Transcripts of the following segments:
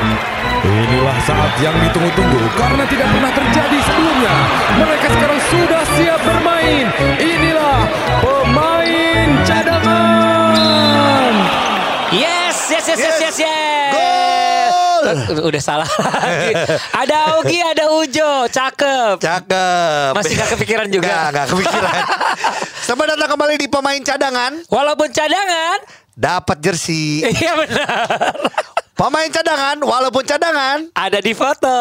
Inilah saat yang ditunggu-tunggu karena tidak pernah terjadi sebelumnya. Mereka sekarang sudah siap bermain. Inilah pemain cadangan. Yes. Gol. Udah salah lagi. Ada Augie, ada Ujo. Cakep. Masih gak kepikiran juga. Gak kepikiran. Selamat datang kembali di pemain cadangan. Walaupun cadangan Dapat jersey. iya benar. Pemain cadangan walaupun cadangan Ada di foto.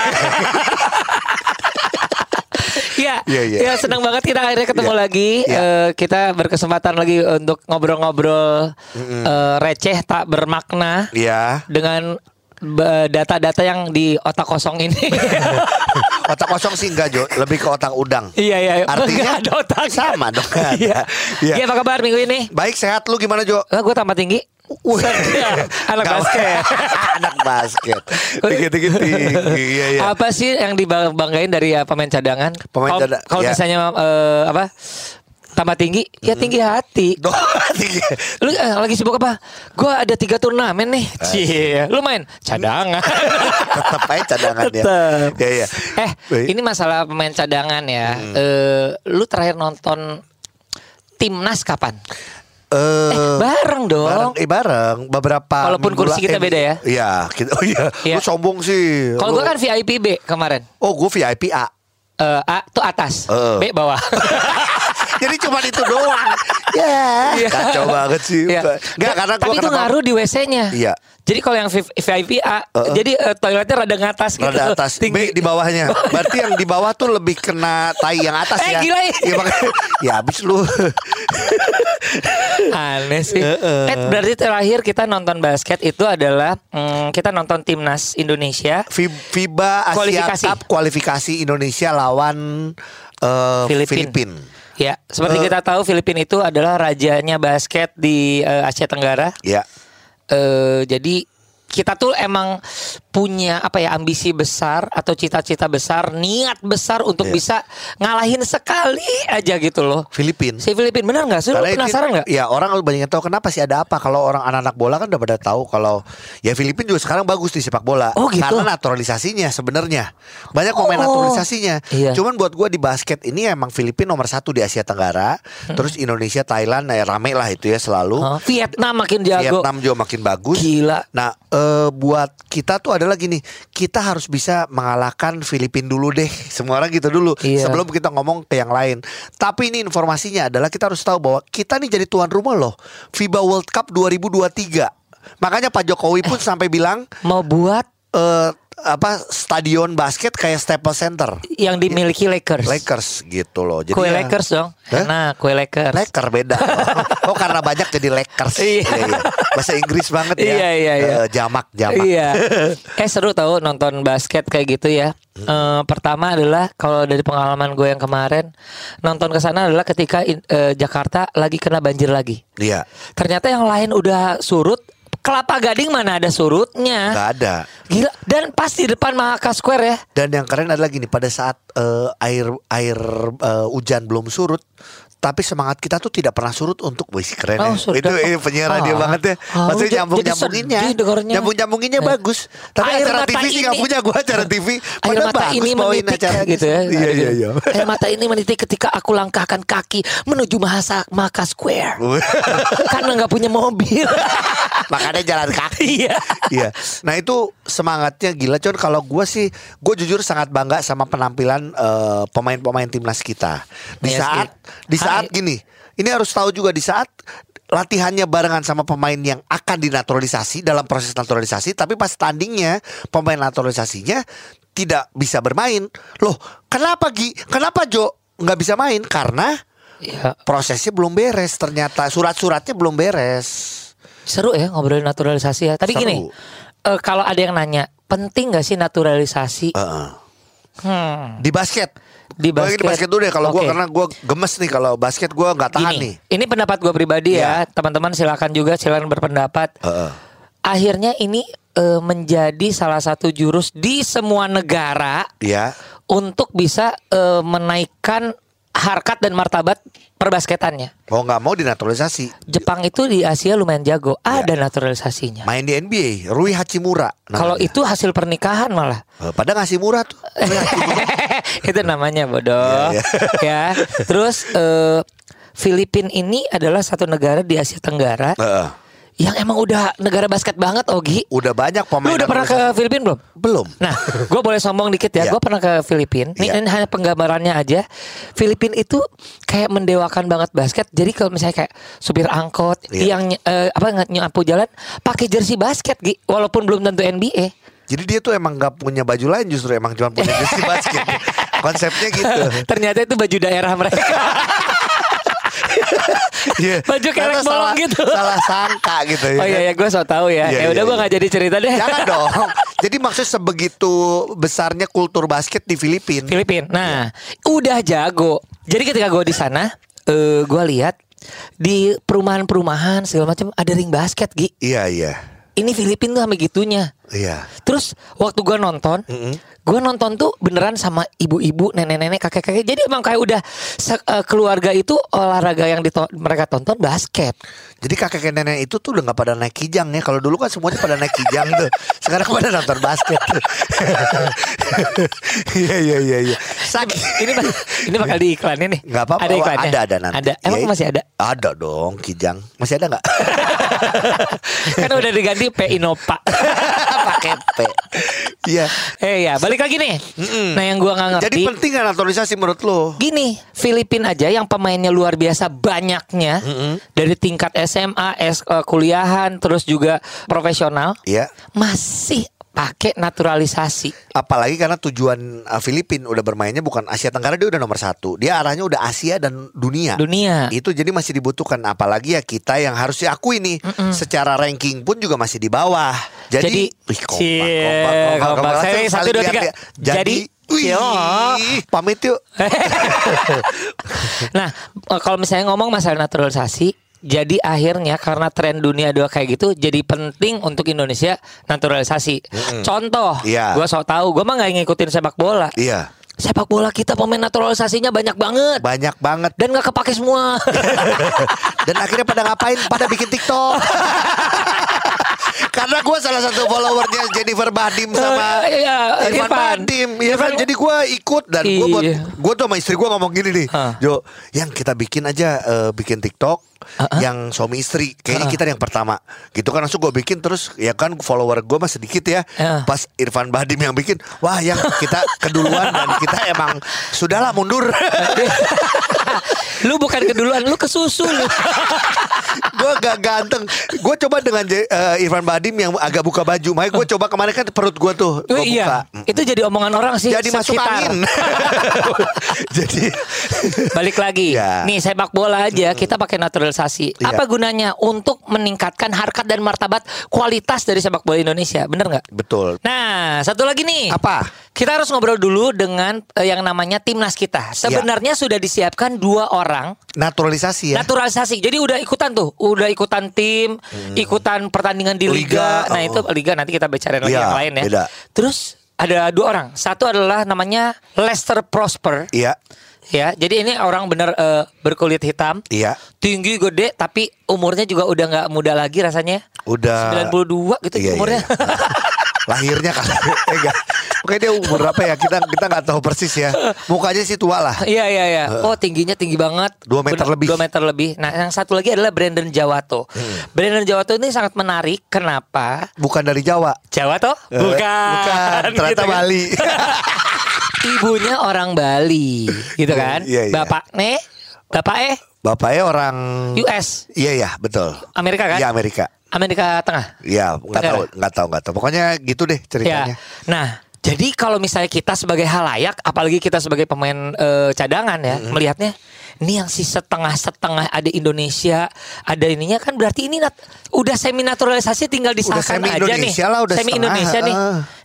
Ya, Iya. ya senang banget kita akhirnya ketemu Iya. lagi. Iya. Kita berkesempatan lagi untuk ngobrol-ngobrol receh tak bermakna ya. dengan data-data yang di otak kosong ini. Otak kosong sih enggak Jo, lebih ke otak udang. Iya. Artinya Nggak ada otak. sama dong. Nggak ada. Iya. Iya. Iya, apa kabar minggu ini? Baik, sehat, lu gimana Jo? Gue tambah tinggi. Anak Nggak- basket. Anak basket. Tinggi. Iya. Apa sih yang dibanggain dari pemain cadangan? Pemain Kalau- cadangan, Kalau ya. misalnya tambah tinggi, ya tinggi hati. Tinggi. Lu lagi sibuk apa? Gua ada 3 turnamen nih. Cie, lu main cadangan. Tetap aja cadangan ya. Tetep. Iya. Baik. Ini masalah pemain cadangan ya. Lu terakhir nonton timnas kapan? Bareng dong. Bareng beberapa. Walaupun minggu kursi kita beda ya. Iya, oh iya. Iya. Lu sombong sih. Kalau Lu- gua kan VIP B kemarin. Oh, gue VIP A. A tuh atas, B bawah. Jadi cuma itu doang. Ya, Iya. kacau banget sih. Iya. Enggak karena Tapi gue itu ngaruh di WC-nya. Iya. Jadi kalau yang VIP A, jadi toiletnya rada ngatas gitu. Rada atas, B di bawahnya. Berarti yang di bawah tuh lebih kena tai yang atas ya. Gila ya. Iya, makanya ya habis lu. Aneh sih. Berarti terakhir kita nonton basket itu adalah kita nonton timnas Indonesia. FIBA Asia Kualifikasi. Cup kualifikasi Indonesia lawan Filipina. Ya, seperti kita tahu Filipina itu adalah rajanya basket di Asia Tenggara. Ya. Jadi kita tuh emang punya ambisi besar atau cita-cita besar, niat besar untuk bisa ngalahin sekali aja gitu loh. Filipina. Si Filipina benar nggak sih? Lu Karena itu- penasaran nggak? Ya orang banyak yang tahu kenapa sih ada apa. Kalau orang anak-anak bola kan udah pada tahu kalau ya Filipina juga sekarang bagus di sepak bola. Oh, gitu? Karena naturalisasinya sebenarnya banyak pemain naturalisasinya. Iya. Cuman buat gue di basket ini emang Filipina nomor 1 di Asia Tenggara. Terus Indonesia, Thailand rame lah itu ya selalu. Vietnam makin jago. Vietnam juga makin bagus. Gila. Nah, buat kita tuh adalah gini, kita harus bisa mengalahkan Filipina dulu deh. Semua orang gitu dulu Iya. sebelum kita ngomong ke yang lain. Tapi ini informasinya adalah kita harus tahu bahwa kita nih jadi tuan rumah loh FIBA World Cup 2023. Makanya Pak Jokowi pun sampai bilang Mau buat stadion basket kayak Staples Center. yang dimiliki Lakers. Lakers gitu loh. Jadi Kue ya- Lakers dong. Hah? Nah, kue Lakers. Lakers beda. Oh karena banyak jadi Lakers. Iya. Bahasa Inggris banget ya. Iya. Jamak. Iya. Seru tau nonton basket kayak gitu ya. Pertama adalah kalau dari pengalaman gue yang kemarin nonton ke sana adalah ketika Jakarta lagi kena banjir lagi. Iya. Ternyata yang lain udah surut. Kelapa Gading mana ada surutnya? Nggak ada. Gila. Dan pas di depan Mahaka Square ya. Dan yang keren adalah gini, pada saat air hujan belum surut, tapi semangat kita tuh tidak pernah surut untuk wih keren ya. surut. Itu penyiar radio banget ya. Maksudnya jadi sedih dengernya. nyambung-nyambunginnya bagus. Tapi Air acara mata TV sih nggak ini- punya, gua acara TV. Air Padahal mata bagus ini bawain menitik acaranya. gitu ya. Iya. Air mata ini menitik ketika aku langkahkan kaki menuju Mahaka Square. Karena nggak punya mobil. Makanya jalan kaki. Iya. Iya. Nah itu semangatnya gila. Cuman kalau gue sih, gue jujur sangat bangga sama penampilan pemain-pemain timnas kita. Di Iya saat gini, ini harus tahu juga di saat latihannya barengan sama pemain yang akan dinaturalisasi dalam proses naturalisasi, tapi pas tandingnya pemain naturalisasinya tidak bisa bermain. Loh, kenapa Kenapa Jo nggak bisa main? Karena Iya. prosesnya belum beres. Ternyata surat-suratnya belum beres. Seru ya ngobrolin naturalisasi ya. Tapi Seru. gini, kalau ada yang nanya, penting gak sih naturalisasi? Di basket. Di Gua lagi basket. di basket dulu deh kalau gue Oke. karena gue gemes nih kalau basket gue nggak tahan Gini, nih. ini pendapat gue pribadi ya. Teman-teman silakan berpendapat. Akhirnya ini menjadi salah satu jurus di semua negara Iya. untuk bisa menaikkan harkat dan martabat perbasketannya. Mau nggak mau dinaturalisasi. Jepang itu di Asia lumayan jago, ada naturalisasinya. Main di NBA, Rui Hachimura. Kalau itu hasil pernikahan malah. Pada ngasih murah tuh. Rui Hachimura. Itu namanya bodoh. Iya, Ya. Terus Filipina ini adalah satu negara di Asia Tenggara yang emang udah negara basket banget, Ogi. Udah banyak pemain. Lu udah pernah ke Filipina belum? Belum. Nah, gue boleh sombong dikit ya. Iya. Gue pernah ke Filipina. Ini hanya penggambarannya aja. Filipina itu kayak mendewakan banget basket. Jadi kalau misalnya kayak supir angkot yang nyapu jalan pakai jersey basket, Gi, walaupun belum tentu NBA. Jadi dia tuh emang gak punya baju lain, justru emang cuma punya jersey basket. Konsepnya gitu. Ternyata itu baju daerah mereka. Yeah. Baju kelek bolong gitu. Salah sangka gitu ya. Oh iya, gue so tahu ya. Iya, Ya udah iya, gue iya. nggak jadi cerita deh. Jangan dong. Jadi maksudnya sebegitu besarnya kultur basket di Filipina. Nah, udah jago. Jadi ketika gue di sana, gue lihat di perumahan-perumahan segala macam ada ring basket, Gi. Iya, iya. Ini Filipina tuh sampai gitunya. Iya. Terus waktu gue nonton tuh beneran sama ibu-ibu, nenek-nenek, kakek-kakek. Jadi emang kayak udah keluarga itu olahraga yang mereka tonton basket. Jadi kakek nenek itu tuh udah gak pada naik kijang ya. Kalau dulu kan semuanya pada naik kijang tuh. Sekarang pada nonton basket. Iya. Ini bakal diiklanin nih. Gak apa-apa. Ada iklannya. Ada nanti. Ada. Emang Ya, masih ada? Ada dong kijang. Masih ada gak? Kan udah diganti P Innova. Pakai P. Iya. Ya balik lagi nih. Nah yang gua nggak ngerti. Jadi penting gak naturalisasi menurut lo? Gini, Filipina aja yang pemainnya luar biasa banyaknya dari tingkat SMA, kuliahan, terus juga profesional, Iya. masih pakai naturalisasi. Apalagi karena tujuan Filipina udah bermainnya bukan Asia Tenggara, dia udah nomor 1. Dia arahnya udah Asia dan dunia. Itu jadi masih dibutuhkan. Apalagi ya kita yang harus diakui nih, secara ranking pun juga masih di bawah. Jadi kompak. Saya 1, 2, 3. Jadi pamit yuk. Nah, kalau misalnya ngomong masalah naturalisasi, jadi akhirnya karena tren dunia udah kayak gitu, jadi penting untuk Indonesia naturalisasi. Contoh, gue so tahu, gue mah nggak ngikutin sepak bola. Iya. Sepak bola kita pemain naturalisasinya banyak banget. Banyak banget. Dan nggak kepake semua. Dan akhirnya pada ngapain? Pada bikin TikTok. Karena gue salah satu followernya Jennifer Bahdim sama Irfan Bahdim. Iya kan, jadi gue ikut dan gue tuh sama istri gue ngomong gini nih, Jo, yang kita bikin aja bikin TikTok yang suami istri. Kayaknya kita yang pertama. Gitu kan, langsung gue bikin, terus ya kan follower gue masih sedikit ya. Pas Irfan Bahdim yang bikin, wah yang kita keduluan dan kita emang sudahlah mundur. Lu bukan keduluan, lu kesusu lu. Gue gak ganteng. Gue coba dengan Irfan Bahdim yang agak buka baju. Makanya gue coba kemarin kan perut gue tuh gua buka. Itu jadi omongan orang sih. Jadi masuk angin. Jadi balik lagi. Nih sepak bola aja kita pakai naturalisasi. Apa gunanya? Untuk meningkatkan harkat dan martabat kualitas dari sepak bola Indonesia. Bener gak? Betul. Nah satu lagi nih. Apa? Kita harus ngobrol dulu dengan yang namanya timnas kita. Sebenarnya sudah disiapkan 2 orang. Naturalisasi ya. Naturalisasi. Jadi udah ikutan tuh. Udah ikutan tim, ikutan pertandingan di liga. Nah itu liga nanti kita bicarain lagi yang lain ya. Beda. Terus ada 2 orang. Satu adalah namanya Lester Prosper. Iya. Ya, jadi ini orang bener berkulit hitam. Iya. Tinggi, gede, tapi umurnya juga udah nggak muda lagi rasanya. Udah 92 gitu umurnya. Iya. Lahirnya kan enggak. Pokoknya dia umur berapa ya? Kita nggak tahu persis ya. Mukanya sih tua lah. Iya. Oh, tingginya tinggi banget. 2 meter lebih. 2 meter lebih. Nah, yang satu lagi adalah Brandon Jawato. Brandon Jawato ini sangat menarik. Kenapa? Bukan dari Jawa. Jawato? Bukan. Ternyata gitu, Bali. Ibunya orang Bali, gitu kan? Iya. Bapaknya orang US. Iya, betul. Amerika kan? Iya, Amerika. Amerika Tengah. Iya, nggak tahu. Pokoknya gitu deh ceritanya. Ya. Nah, jadi kalau misalnya kita sebagai halayak, apalagi kita sebagai pemain cadangan ya, melihatnya ini yang si setengah-setengah ada Indonesia, ada ininya kan berarti ini udah semi naturalisasi tinggal disahkan aja nih. Lah, udah semi setengah. Indonesia nih.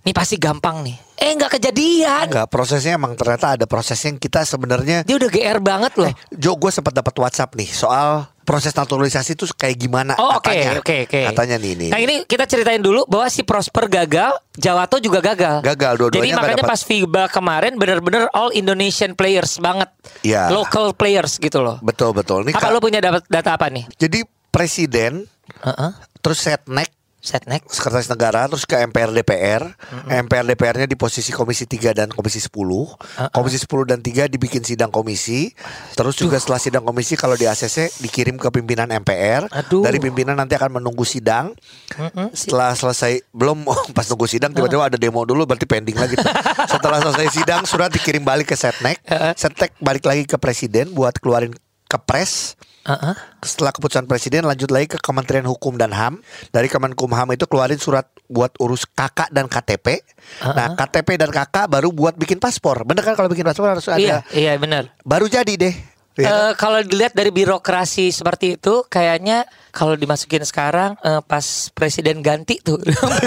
nih pasti gampang nih. Nggak kejadian. Enggak, prosesnya emang ternyata ada prosesnya yang kita sebenarnya. Dia udah GR banget loh. Jo, gue sempat dapat WhatsApp nih soal proses naturalisasi itu kayak gimana katanya. Oke. Katanya nih. Nah ini kita ceritain dulu bahwa si Prosper gagal, Jawato juga gagal. Gagal dua-duanya. Jadi makanya pas FIBA kemarin bener-bener all Indonesian players banget. Iya. Local players gitu loh. Betul. Ini apa lo punya data apa nih? Jadi presiden, terus Setnek, Sekretaris Negara, terus ke MPR DPR. MPR DPR-nya di posisi Komisi 3 dan Komisi 10. Komisi 10 dan 3 dibikin sidang komisi. Terus juga setelah sidang komisi kalau di ACC dikirim ke pimpinan MPR. Dari pimpinan nanti akan menunggu sidang. Setelah selesai, belum pas nunggu sidang tiba-tiba ada demo dulu, berarti pending lagi. Setelah selesai sidang surat dikirim balik ke Setnek. Setnek balik lagi ke presiden buat keluarin kepres. Setelah keputusan presiden lanjut lagi ke Kementerian Hukum dan HAM. Dari Kemenkumham itu keluarin surat buat urus KK dan KTP. Nah KTP dan KK baru buat bikin paspor. Bener kan kalau bikin paspor harus ada. Iya benar. Baru jadi deh. Kalau dilihat dari birokrasi seperti itu, kayaknya kalau dimasukin sekarang pas presiden ganti tuh,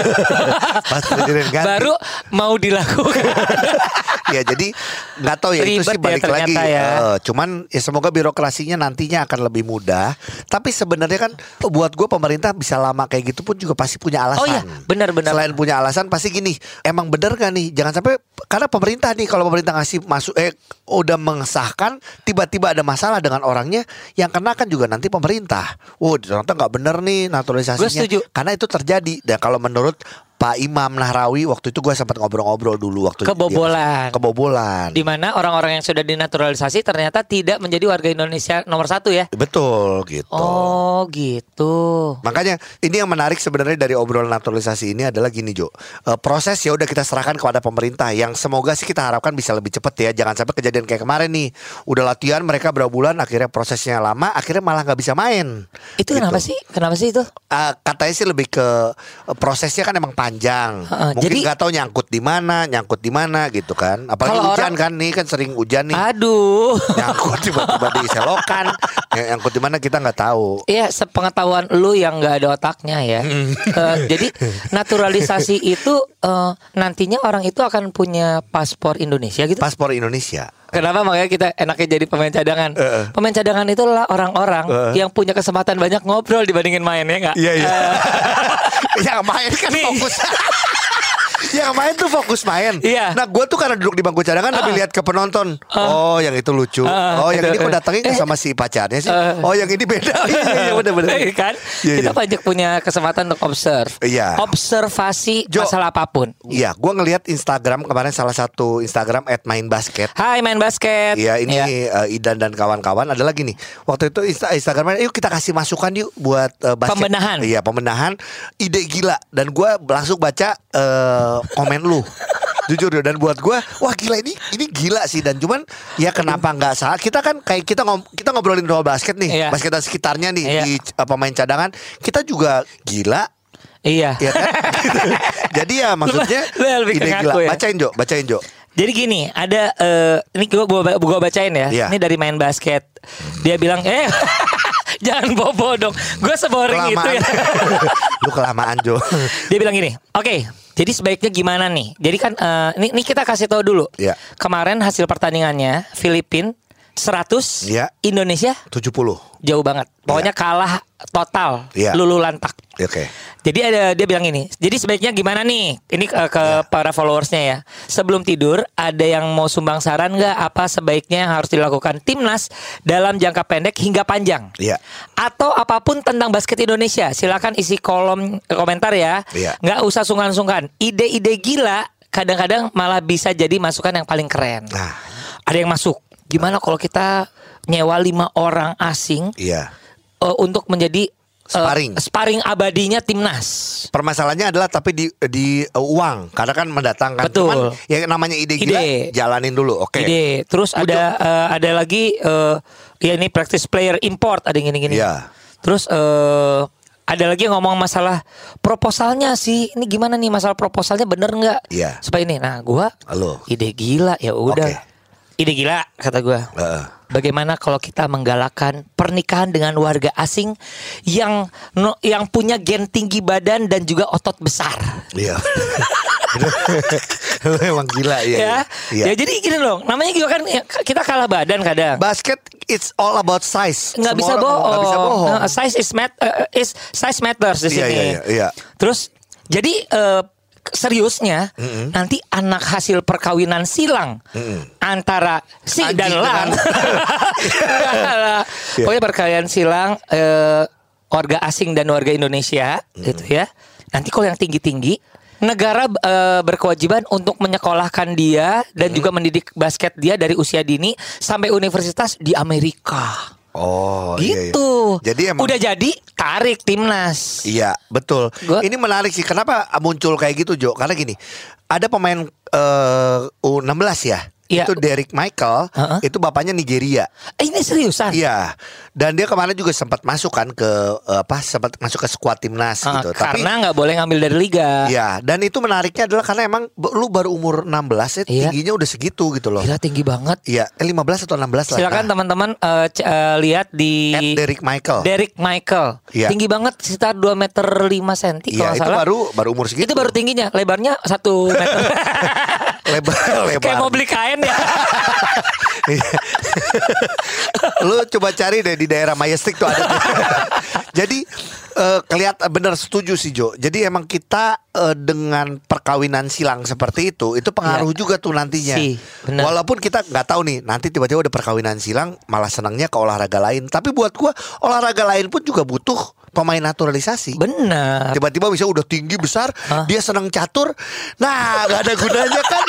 pas presiden ganti baru mau dilakukan. Ya jadi nggak tahu ya, itu sih balik lagi. Cuman ya semoga birokrasinya nantinya akan lebih mudah. Tapi sebenarnya kan buat gue pemerintah bisa lama kayak gitu pun juga pasti punya alasan. Oh iya, benar. Selain punya alasan pasti gini, emang bener gak nih? Jangan sampai karena pemerintah nih, kalau pemerintah ngasih masuk udah mengesahkan, tiba-tiba ada masalah dengan orangnya, yang kena kan juga nanti pemerintah. Ternyata nggak bener nih naturalisasinya. Gue setuju. Karena itu terjadi. Dan kalau menurut Pak Imam Nahrawi waktu itu gue sempat ngobrol-ngobrol dulu waktu kebobolan. Di mana orang-orang yang sudah dinaturalisasi ternyata tidak menjadi warga Indonesia nomor 1 ya. Betul gitu. Oh gitu. Makanya ini yang menarik sebenarnya dari obrolan naturalisasi ini adalah gini Jo. Proses ya udah kita serahkan kepada pemerintah, yang semoga sih kita harapkan bisa lebih cepat ya. Jangan sampai kejadian kayak kemarin nih. Udah latihan mereka berapa bulan, akhirnya prosesnya lama, akhirnya malah nggak bisa main. Itu gitu. Kenapa sih itu? Katanya sih lebih ke prosesnya kan emang panjang. Mungkin nggak tahu nyangkut di mana gitu kan. Apalagi kalo hujan kan nih, kan sering hujan nih. Aduh. Nyangkut tiba-tiba di selokan. Nyangkut di mana kita nggak tahu. Iya, sepengetahuan lu yang nggak ada otaknya ya. Jadi naturalisasi itu nantinya orang itu akan punya paspor Indonesia gitu. Paspor Indonesia. Kenapa makanya kita enaknya jadi pemain cadangan? Pemain cadangan itu adalah orang-orang yang punya kesempatan banyak ngobrol dibandingin main, ya nggak? Iya. Yang main kan fokus. Yang main tuh fokus main. Iya. Nah gue tuh karena duduk di bangku cadangan lebih lihat ke penonton. Oh yang itu lucu. Oh yang ini kok datangnya nggak sama si pacarnya sih. Oh yang ini beda. Iya benar-benar. Kan kita banyak punya kesempatan untuk observe. Iya. Observasi masalah apapun. Iya. Gue ngelihat Instagram kemarin, salah satu Instagram @mainbasket. Hai Main Basket. Iya ini Idan dan kawan-kawan ada lagi nih. Waktu itu Instagramnya, yuk kita kasih masukan yuk buat basket. Pembenahan. Iya pembenahan. Ide gila. Dan gue langsung baca komen lu. Jujur ya, dan buat gue wah gila, ini gila sih. Dan cuman ya kenapa nggak salah, kita kan kayak kita ngobrolin soal basket nih, basket dan sekitarnya nih di pemain cadangan, kita juga gila. Iya ya kan? Jadi ya maksudnya ide gila ya? Bacain Jo. Jadi gini, ada ini gua bacain ya. Ini dari Main Basket. Dia bilang jangan bobo dong. Gue seboring itu ya. Lu kelamaan Jo. Dia bilang gini, oke, jadi sebaiknya gimana nih? Jadi kan ini kita kasih tahu dulu. Kemarin hasil pertandingannya Filipina 100, Indonesia 70. Jauh banget. Pokoknya kalah total, lulu lantak. Oke. Jadi dia bilang ini. Jadi sebaiknya gimana nih? Ini ke para followersnya ya. Sebelum tidur ada yang mau sumbang saran nggak? Apa sebaiknya yang harus dilakukan timnas dalam jangka pendek hingga panjang? Atau apapun tentang basket Indonesia? Silakan isi kolom komentar ya. Nggak usah sungkan-sungkan. Ide-ide gila kadang-kadang malah bisa jadi masukan yang paling keren. Nah, ada yang masuk. Gimana kalau kita nyewa 5 orang asing untuk menjadi sparring abadinya timnas? Permasalahannya adalah tapi di uang, karena kan mendatangkan. Betul. Cuman ya namanya ide gila, jalanin dulu. Oke. Ide. Terus ada lagi ya ini practice player import, ada gini-gini. Terus ada lagi yang ngomong masalah proposalnya sih. Ini gimana nih masalah proposalnya, bener nggak? Supaya ini. Nah, gua ide gila ya udah. Ide gila kata gue. Bagaimana kalau kita menggalakkan pernikahan dengan warga asing yang punya gen tinggi badan dan juga otot besar? Lu emang gila ya. Ya jadi gini loh, namanya juga kan kita kalah badan kadang. Basket it's all about size. Nggak bisa bohong. Size matters di sini. Iya. Terus jadi seriusnya nanti anak hasil perkawinan silang antara si Anjing dan lang. Pokoknya perkawinan silang warga asing dan warga Indonesia gitu ya. Nanti kalau yang tinggi-tinggi negara berkewajiban untuk menyekolahkan dia dan juga mendidik basket dia dari usia dini sampai universitas di Amerika. Oh gitu. Iya. Jadi emang udah jadi tarik timnas. Iya betul. Ini menarik sih. Kenapa muncul kayak gitu Jo? Karena gini, ada pemain U16 ya. Iya. Itu Derek Michael, itu bapaknya Nigeria. Ini seriusan? Iya. Dan dia kemarin juga sempat masuk kan ke sempat masuk ke skuad timnas gitu. Karena nggak boleh ngambil dari liga. Iya. Dan itu menariknya adalah karena emang lu baru umur 16 ya, tingginya udah segitu gitu loh. Gila tinggi banget. Iya, 15 atau 16 lah. Silakan teman-teman lihat di Derek Michael. Derek Michael. Iya. Tinggi banget sekitar 2 meter 5 senti kalau itu salah. baru umur segitu. Itu baru tingginya, lebarnya 1 meter. lebar. Kayak mau beli kain ya. Lu coba cari deh di daerah Majestic tuh ada. Jadi kelihatan bener, setuju sih Jo. Jadi emang kita dengan perkawinan silang seperti itu pengaruh juga tuh nantinya. Walaupun kita nggak tahu nih nanti tiba-tiba ada perkawinan silang malah senangnya ke olahraga lain. Tapi buat gua olahraga lain pun juga butuh pemain naturalisasi. Benar. Tiba-tiba bisa udah tinggi besar, dia senang catur. Nah, gak ada gunanya kan.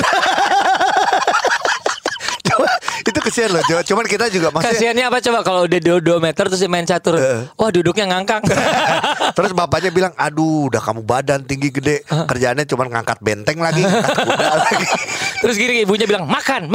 Itu kesian loh. Cuman kita juga maksudnya, kasiannya apa coba kalau udah 2 meter terus dia main catur. Wah, duduknya ngangkang. Terus bapaknya bilang, "Aduh, udah kamu badan tinggi gede, kerjaannya cuma ngangkat benteng lagi, ngangkat kuda lagi." Terus gini ibunya bilang, "Makan."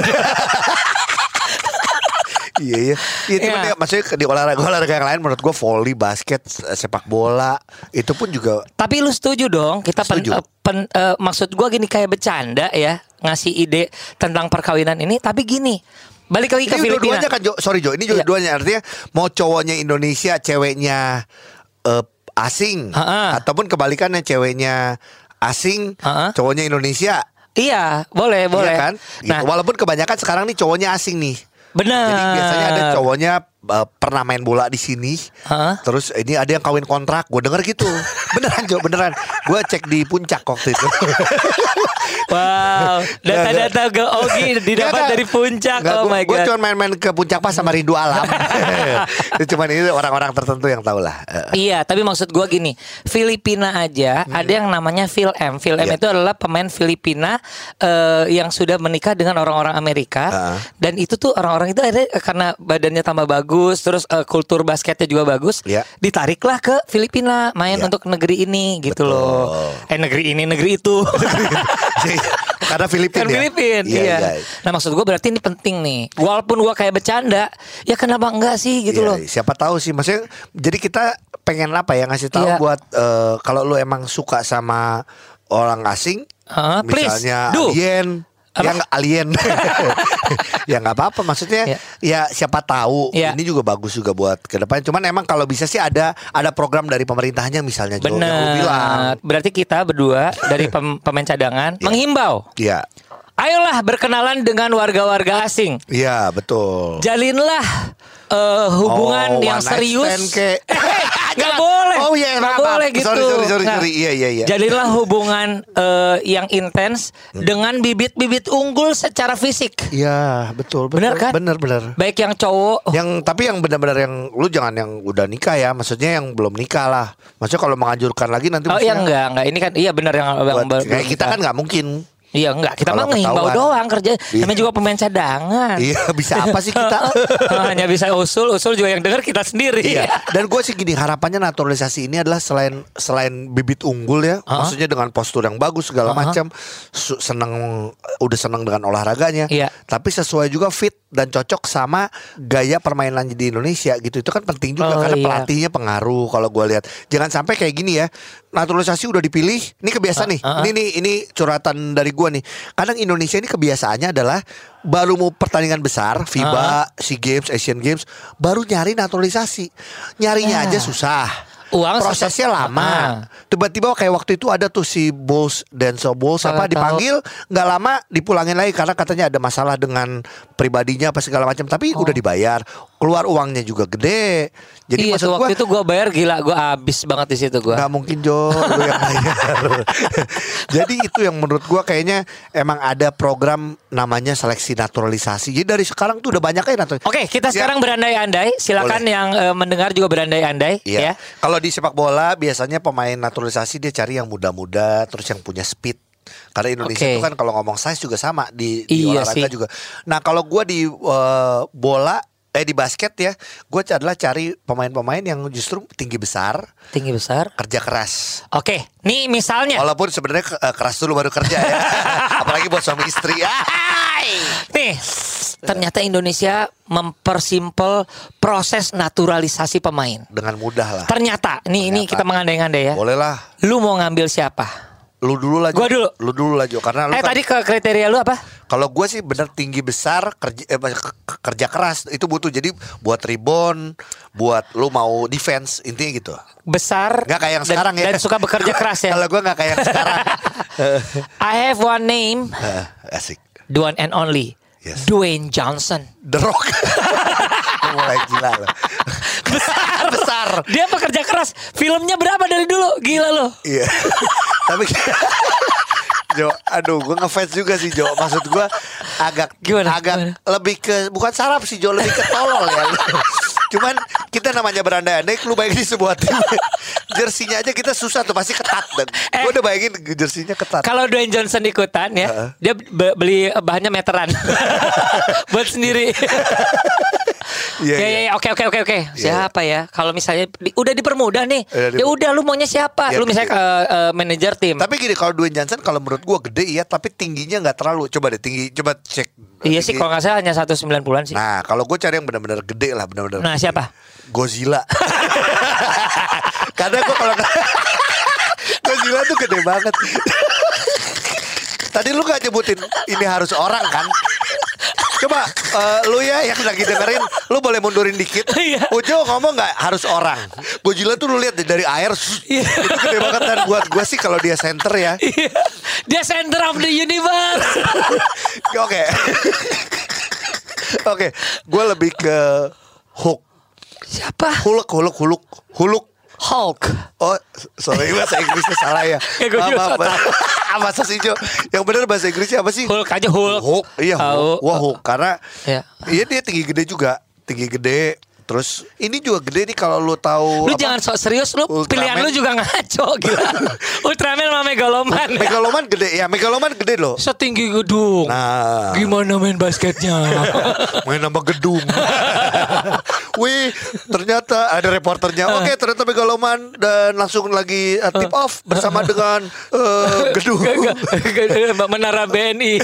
Iya. Cuman ya, maksudnya di olahraga yang lain menurut gue volley, basket, sepak bola itu pun juga. Tapi lu setuju dong? Kita maksud gue gini kayak bercanda ya, ngasih ide tentang perkawinan ini. Tapi gini, balik lagi ke Filipina. Dua-duanya kan Jo, sorry Jo, ini juga dua-duanya artinya mau cowoknya Indonesia, ceweknya asing, ataupun kebalikannya ceweknya asing, cowoknya Indonesia. Iya, boleh. Iya kan? Gitu. Nah, walaupun kebanyakan sekarang nih cowoknya asing nih. Benar. Jadi biasanya ada cowoknya pernah main bola di sini, terus ini ada yang kawin kontrak. Gue denger gitu. Beneran Jo, beneran. Gue cek di Puncak waktu itu. Wow, data-data Ogi didapat dari Puncak. Oh my god. Gue cuma main-main ke Puncak pas sama Rindu Alam. Itu cuman ini orang-orang tertentu yang tahu lah. Iya, tapi maksud gue gini, Filipina aja ada yang namanya Phil M. Phil M itu adalah pemain Filipina yang sudah menikah dengan orang-orang Amerika. Dan itu tuh orang-orang itu akhirnya karena badannya tambah bagus, terus kultur basketnya juga bagus, ditariklah ke Filipina main untuk negeri ini gitu. Betul. Loh. Negeri itu. Karena Filipina. Iya. Nah maksud gue berarti ini penting nih. Walaupun gue kayak bercanda, ya kenapa enggak sih gitu loh. Siapa tahu sih. Maksudnya jadi kita pengen apa ya, ngasih tahu buat kalau lu emang suka sama orang asing, misalnya alien. Ya nggak alien. Ya nggak apa-apa, maksudnya ya siapa tahu ini juga bagus juga buat ke depan. Cuman emang kalau bisa sih ada program dari pemerintahnya misalnya Jo, yang lu bilang. Berarti kita berdua dari pemain cadangan menghimbau. Iya. Ayolah berkenalan dengan warga-warga asing. Iya betul. Jalinlah hubungan yang serius. Gak boleh. Oh iya, gak boleh gitu. Sorry. Iya. Jalinlah hubungan yang intens dengan bibit-bibit unggul secara fisik. Iya betul. Bener kan? Bener. Baik yang cowok. Tapi yang benar-benar yang lu jangan yang udah nikah ya. Maksudnya yang belum nikah lah. Maksudnya kalau menganjurkan lagi nanti. Oh iya enggak. Ini kan iya benar yang kayak kita kan nggak mungkin. Iya enggak, kita mah ngehimbau doang kerja. Namanya juga pemain cadangan. Iya, bisa apa sih kita? Hanya bisa usul juga yang dengar kita sendiri. Iya. Dan gue sih gini, harapannya naturalisasi ini adalah selain bibit unggul ya, maksudnya dengan postur yang bagus segala macam, udah seneng dengan olahraganya. Iya. Tapi sesuai juga fit dan cocok sama gaya permainan di Indonesia gitu. Itu kan penting juga karena pelatihnya pengaruh kalau gue lihat. Jangan sampai kayak gini ya. Naturalisasi udah dipilih, ini kebiasaan nih. Ini curhatan dari gue nih. Kadang Indonesia ini kebiasaannya adalah baru mau pertandingan besar, FIBA, SEA Games, Asian Games, baru nyari naturalisasi. Nyarinya aja susah. Uang prosesnya lama. Tiba-tiba kayak waktu itu ada tuh si Denzel Bowles dipanggil, nggak lama dipulangin lagi karena katanya ada masalah dengan pribadinya apa segala macam. Tapi udah dibayar, keluar uangnya juga gede. Jadi maksud waktu itu gue bayar gila, gue abis banget di situ gue. Nggak mungkin Jo, lu yang bayar. Jadi itu yang menurut gue kayaknya emang ada program namanya seleksi naturalisasi. Jadi dari sekarang tuh udah banyak ya naturalisasi. Oke, kita sekarang berandai-andai. Silakan yang mendengar juga berandai-andai. Ya. Kalau di sepak bola biasanya pemain naturalisasi dia cari yang muda-muda, terus yang punya speed. Karena Indonesia itu kan kalau ngomong size juga sama di olahraga juga. Nah kalau gue di di basket ya, gue adalah cari pemain-pemain yang justru tinggi besar, kerja keras. Oke, nih misalnya. Walaupun sebenarnya keras dulu baru kerja ya, apalagi buat suami istri. Nih, ternyata Indonesia mempersimpel proses naturalisasi pemain dengan mudah lah. Ternyata, ini kita mengandai-andai ya. Boleh lah. Lu mau ngambil siapa? Lu dulu lah. Gua dulu. Lu dulu lah Jo, karena lu kan, tadi ke kriteria lu apa? Kalau gue sih bener tinggi besar, kerja keras itu butuh. Jadi buat rebound, buat lu mau defense, intinya gitu. Besar. Gak kayak yang sekarang ya. Dan suka bekerja keras ya. Kalau gue gak kayak yang sekarang. I have one name. Asik. The one and only. Yes. Dwayne Johnson. The Rock. Mulai gila loh. Besar. Dia pekerja keras. Filmnya berapa dari dulu? Gila loh. Iya. Tapi Jo, aduh, gue ngefans juga sih Jo. Maksud gue agak Gimana? lebih ke bukan sarap sih Jo, lebih ke tolol ya. Cuman kita namanya berandai-andai, lu bayangin di sebuah tim jersinya aja kita susah tuh, pasti ketat. Gue udah bayangin jersinya ketat. Kalau Dwayne Johnson ikutan ya, dia beli bahannya meteran buat sendiri. Iya. Oke. Siapa ya? Kalau misalnya udah dipermudah nih, ya udah lu maunya siapa? Lu misalnya ke manajer tim. Tapi gini, kalau Dwayne Johnson kalau menurut gua gede ya, tapi tingginya nggak terlalu. Coba deh coba cek. Iya sih, kalau nggak salah hanya 190-an sih. Nah, kalau gue cari yang benar-benar gede lah, benar-benar. Nah, siapa? Godzilla. Karena gue kalau Godzilla tuh gede banget. Tadi lu gak nyebutin ini harus orang kan? Coba lu ya yang lagi dengerin, lu boleh mundurin dikit. Ujo ngomong nggak harus orang. Godzilla tuh lu lihat dari air, itu gede banget. Dan buat gue sih kalau dia center ya, dia center of the universe. Oke, gue lebih ke Hulk. Siapa? Hulk. Oh, sorry bahasa Inggrisnya salah ya. Masa sih Jo? Yang benar bahasa Inggrisnya apa sih? Hulk aja Hulk. Iya Hulk. Wah Hulk karena iya dia tinggi gede juga, Terus ini juga gede nih kalau lu tahu. Lu jangan sok serius, lu Ultraman. Pilihan lu juga ngaco gila. Ultraman sama Megaloman. Megaloman gede ya, Megaloman gede loh. Setinggi gedung. Nah, gimana main basketnya? Main sama gedung. Wih, ternyata ada reporternya. Oke, ternyata Megaloman dan langsung lagi tip off bersama dengan gedung. Menara BNI.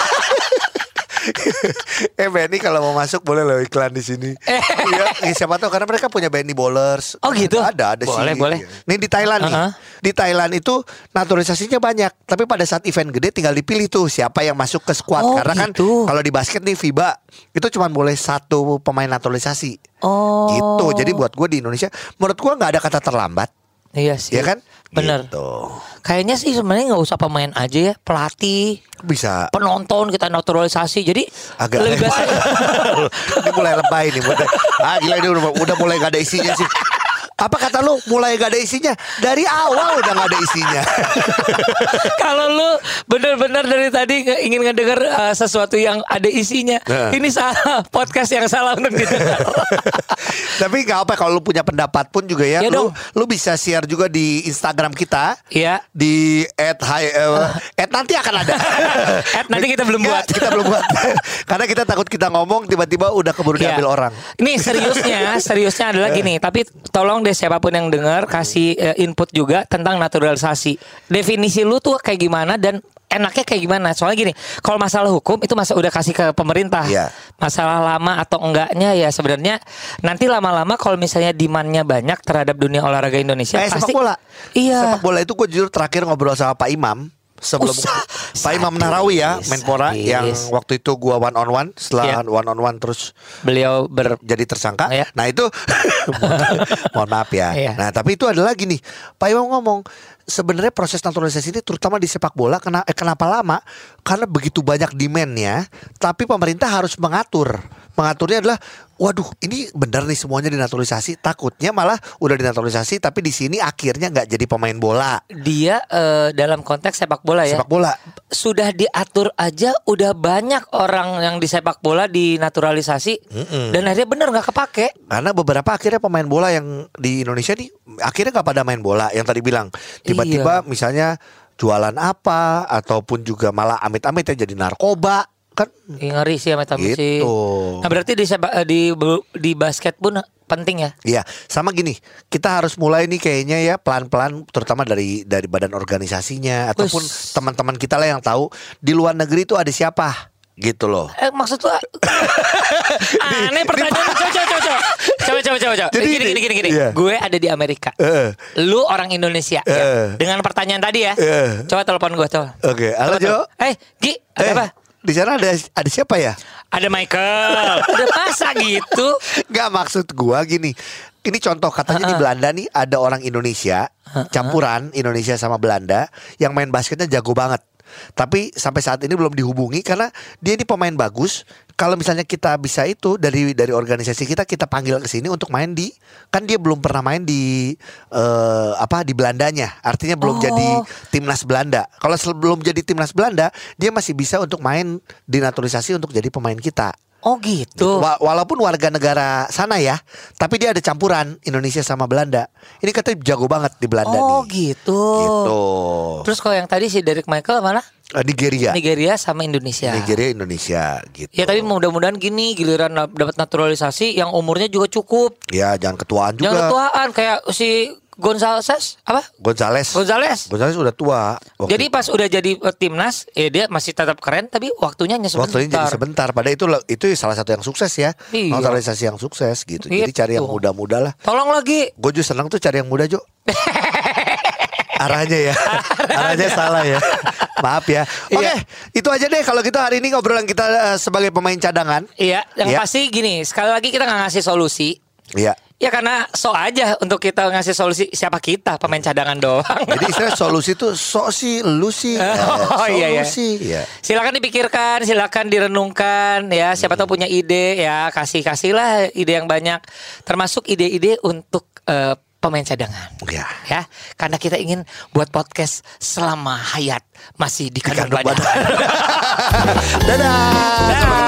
BNI kalau mau masuk boleh loh iklan di sini. Iya, siapa tahu karena mereka punya BNI bowlers. Oh gitu. Ada boleh, sih. Boleh. Nih di Thailand nih. Di Thailand itu naturalisasinya banyak, tapi pada saat event gede tinggal dipilih tuh siapa yang masuk ke squad. Karena gitu. Kan kalau di basket nih FIBA itu cuma boleh satu pemain naturalisasi. Gitu. Jadi buat gue di Indonesia, menurut gue nggak ada kata terlambat. Iya sih. Iya kan? Bener. Gitu. Kayaknya sih sebenarnya nggak usah pemain aja ya, pelatih. Bisa. Penonton kita naturalisasi. Jadi agak lebih biasa. Ini mulai lebay nih. Gila ini udah mulai gak ada isinya sih. Apa kata lu mulai gak ada isinya? Dari awal udah gak ada isinya. Kalau lu benar-benar dari tadi ingin ngedenger sesuatu yang ada isinya, ini salah, podcast yang salah untuk didengar. Tapi gak apa, kalau lu punya pendapat pun juga ya, lu bisa share juga di Instagram kita. Iya. Di nanti akan ada. Nanti kita belum buat. Kita belum buat. Karena kita takut kita ngomong tiba-tiba udah keburu diambil orang. Ini seriusnya adalah gini. Tapi tolong deh siapapun yang dengar kasih input juga tentang naturalisasi. Definisi lu tuh kayak gimana dan enaknya kayak gimana? Soalnya gini, kalau masalah hukum itu udah kasih ke pemerintah. Masalah lama atau enggaknya ya sebenarnya nanti lama-lama kalau misalnya demand-nya banyak terhadap dunia olahraga Indonesia pasti sepak bola. Iya. Sepak bola itu gue jujur terakhir ngobrol sama Pak Imam sebelum Pak Imam Nahrawi ya, Menpora yang waktu itu gua one on one, setelah one on one terus beliau jadi tersangka. Ya. Nah itu mohon maaf ya. Nah tapi itu ada lagi nih, Pak Imam ngomong sebenarnya proses naturalisasi ini terutama di sepak bola kenapa lama? Karena begitu banyak demand-nya, tapi pemerintah harus mengatur. Mengaturnya adalah, waduh, ini benar nih semuanya dinaturalisasi. Takutnya malah udah dinaturalisasi, tapi di sini akhirnya nggak jadi pemain bola. Dia dalam konteks sepak bola ya. Sepak bola sudah diatur aja, udah banyak orang yang di sepak bola dinaturalisasi, dan akhirnya bener nggak kepake. Karena beberapa akhirnya pemain bola yang di Indonesia nih akhirnya nggak pada main bola. Yang tadi bilang tiba-tiba misalnya jualan apa, ataupun juga malah amit-amit ya jadi narkoba. Kan ngeri sih sama gitu. Nah berarti di basket pun penting ya. Iya, sama gini, kita harus mulai nih kayaknya ya pelan-pelan, terutama dari badan organisasinya ataupun teman-teman kita lah yang tahu di luar negeri itu ada siapa gitu loh. Maksud tuh aneh pertanyaan. Coba. Jadi gini. Iya. Gue ada di Amerika. Lu orang Indonesia ya. Dengan pertanyaan tadi ya. Coba telepon gue tuh. Oke, halo Jo. Gi, ada apa? Di sana ada siapa ya? Ada Michael. Udah masa gitu? Gak, maksud gua gini. Ini contoh katanya di Belanda nih ada orang Indonesia campuran Indonesia sama Belanda yang main basketnya jago banget. Tapi sampai saat ini belum dihubungi karena dia ini pemain bagus. Kalau misalnya kita bisa itu dari organisasi kita panggil ke sini untuk main di, kan dia belum pernah main di di Belandanya. Artinya belum jadi timnas Belanda. Kalau belum jadi timnas Belanda, dia masih bisa untuk main dinaturalisasi untuk jadi pemain kita. Oh gitu. Walaupun warga negara sana ya, tapi dia ada campuran Indonesia sama Belanda. Ini katanya jago banget di Belanda nih. Oh gitu. Terus kalau yang tadi si Derek Michael mana? Nigeria sama Indonesia. Nigeria gitu. Ya tapi mudah-mudahan gini, giliran dapat naturalisasi yang umurnya juga cukup. Ya jangan ketuaan juga. Jangan ketuaan kayak si Gonzales udah tua. Jadi pas udah jadi timnas, dia masih tetap keren, tapi waktunya hanya sebentar. Waktunya jadi sebentar. Padahal itu salah satu yang sukses ya. Naturalisasi yang sukses gitu. Jadi cari yang muda-muda lah. Tolong lagi. Gue juga senang tuh cari yang muda Jo. Arahnya salah ya. Maaf ya. Oke, itu aja deh kalau gitu hari ini ngobrolan kita sebagai pemain cadangan. Iya, yang pasti gini, sekali lagi kita nggak ngasih solusi. Iya. Ya karena aja untuk kita ngasih solusi, siapa kita pemain cadangan doang. Jadi istilah solusi itu lu sih. Solusi. Iya. Silakan dipikirkan, silakan direnungkan ya. Siapa tahu punya ide ya, kasihlah ide yang banyak. Termasuk ide-ide untuk pemain cadangan. Ya, karena kita ingin buat podcast selama hayat masih di kandung badan. Dadah.